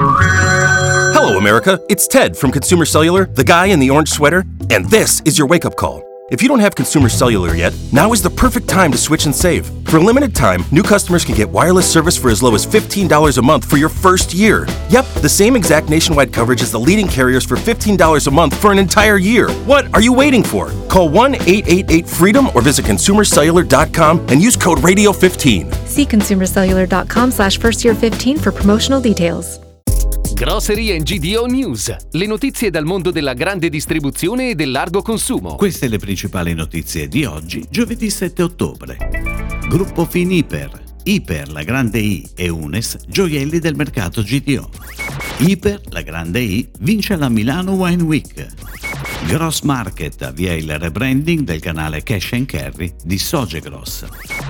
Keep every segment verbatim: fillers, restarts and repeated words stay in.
Hello, America. It's Ted from Consumer Cellular, the guy in the orange sweater, and this is your wake-up call. If you don't have Consumer Cellular yet, now is the perfect time to switch and save. For a limited time, new customers can get wireless service for as low as fifteen dollars a month for your first year. Yep, the same exact nationwide coverage as the leading carriers for fifteen dollars a month for an entire year. What are you waiting for? Call one eight eight eight freedom or visit consumer cellular dot com and use code radio fifteen. See consumer cellular dot com slash first year fifteen for promotional details. Grocery and G D O News, le notizie dal mondo della grande distribuzione e del largo consumo. Queste le principali notizie di oggi, giovedì sette ottobre. Gruppo Finiper, Iper, la grande I e Unes, gioielli del mercato G D O. Iper, la grande I, vince la Milano Wine Week. Gross Market avvia il rebranding del canale Cash and Carry di Sogegross.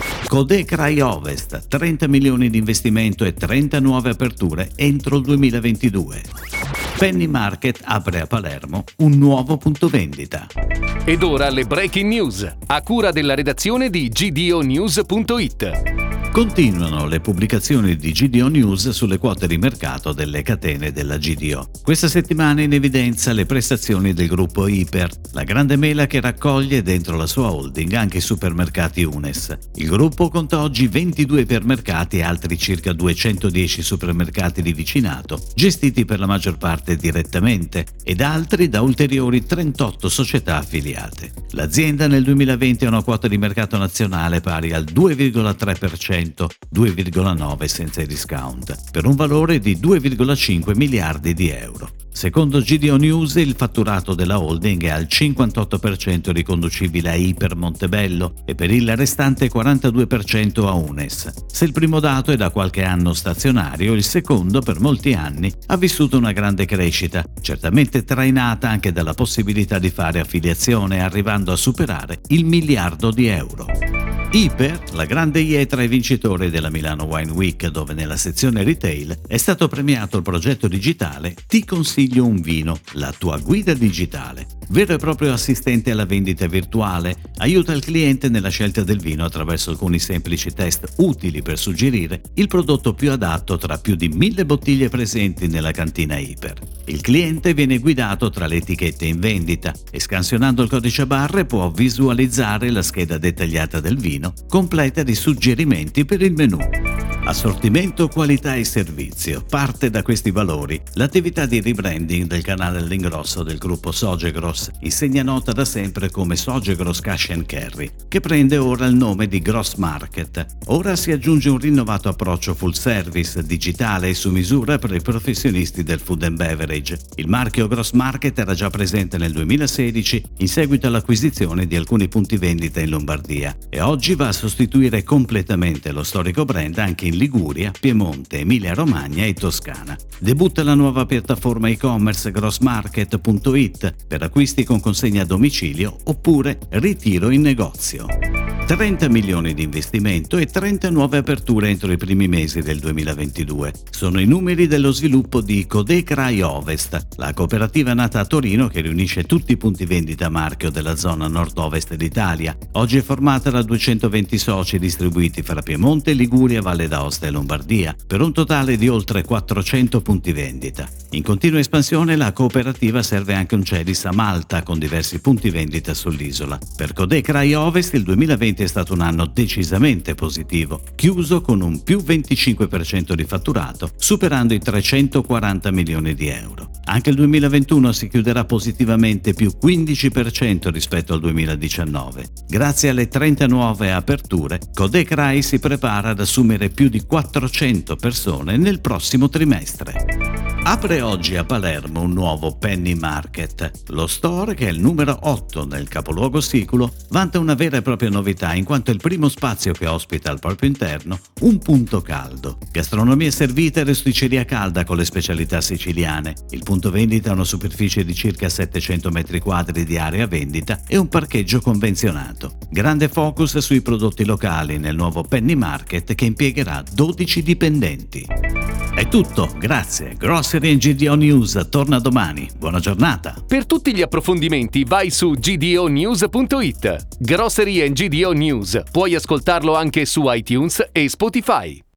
Codec Rai Ovest, trenta milioni di investimento e trenta nuove aperture entro il duemilaventidue. Penny Market apre a Palermo un nuovo punto vendita. Ed ora le breaking news, a cura della redazione di G D O News punto it. Continuano le pubblicazioni di G D O News sulle quote di mercato delle catene della G D O. Questa settimana in evidenza le prestazioni del gruppo Iper, la grande mela che raccoglie dentro la sua holding anche i supermercati Unes. Il gruppo conta oggi ventidue ipermercati e altri circa duecentodieci supermercati di vicinato, gestiti per la maggior parte direttamente, ed altri da ulteriori trentotto società affiliate. L'azienda nel duemilaventi ha una quota di mercato nazionale pari al due virgola tre per cento, due virgola nove senza i discount, per un valore di due virgola cinque miliardi di euro. Secondo G D O News, il fatturato della holding è al cinquantotto per cento riconducibile a Iper Montebello e per il restante quarantadue per cento a Unes. Se il primo dato è da qualche anno stazionario, il secondo per molti anni ha vissuto una grande crescita, certamente trainata anche dalla possibilità di fare affiliazione, arrivando a superare il miliardo di euro. Iper, la grande I, è tra i vincitori della Milano Wine Week, dove nella sezione retail è stato premiato il progetto digitale Ti consiglio un vino, la tua guida digitale. Vero e proprio assistente alla vendita virtuale, aiuta il cliente nella scelta del vino attraverso alcuni semplici test utili per suggerire il prodotto più adatto tra più di mille bottiglie presenti nella cantina Iper. Il cliente viene guidato tra le etichette in vendita e, scansionando il codice a barre, può visualizzare la scheda dettagliata del vino, completa di suggerimenti per il menù. Assortimento, qualità e servizio. Parte da questi valori l'attività di rebranding del canale all'ingrosso del gruppo Sogegross, insegna nota da sempre come Sogegross Cash and Carry, che prende ora il nome di Gross Market. Ora si aggiunge un rinnovato approccio full service, digitale e su misura per i professionisti del food and beverage. Il marchio Gross Market era già presente nel duemilasedici in seguito all'acquisizione di alcuni punti vendita in Lombardia e oggi va a sostituire completamente lo storico brand anche in Liguria, Piemonte, Emilia-Romagna e Toscana. Debutta la nuova piattaforma e-commerce gross market punto it per acquisti con consegna a domicilio oppure ritiro in negozio. trenta milioni di investimento e trenta nuove aperture entro i primi mesi del duemilaventidue. Sono i numeri dello sviluppo di Codec Rai Ovest, la cooperativa nata a Torino che riunisce tutti i punti vendita marchio della zona nord-ovest d'Italia. Oggi è formata da duecentoventi soci distribuiti fra Piemonte, Liguria, Valle d'Aosta e Lombardia, per un totale di oltre quattrocento punti vendita. In continua espansione, la cooperativa serve anche un Celis a Malta con diversi punti vendita sull'isola. Per Codec Rai Ovest il duemilaventi è stato un anno decisamente positivo, chiuso con un più venticinque per cento di fatturato, superando i trecentoquaranta milioni di euro. Anche il duemilaventuno si chiuderà positivamente, più quindici per cento rispetto al duemiladiciannove. Grazie alle trenta nuove aperture, Codec Rai si prepara ad assumere più di quattrocento persone nel prossimo trimestre. Apre oggi a Palermo un nuovo Penny Market. Lo store, che è il numero otto nel capoluogo siculo, vanta una vera e propria novità in quanto è il primo spazio che ospita al proprio interno un punto caldo. Gastronomia servita e rosticceria calda con le specialità siciliane. Il punto vendita ha una superficie di circa settecento metri quadri di area vendita e un parcheggio convenzionato. Grande focus sui prodotti locali nel nuovo Penny Market che impiegherà dodici dipendenti. È tutto, grazie. Grocery and G D O News torna domani. Buona giornata. Per tutti gli approfondimenti vai su G D O News punto it. Grocery and G D O News. Puoi ascoltarlo anche su iTunes e Spotify.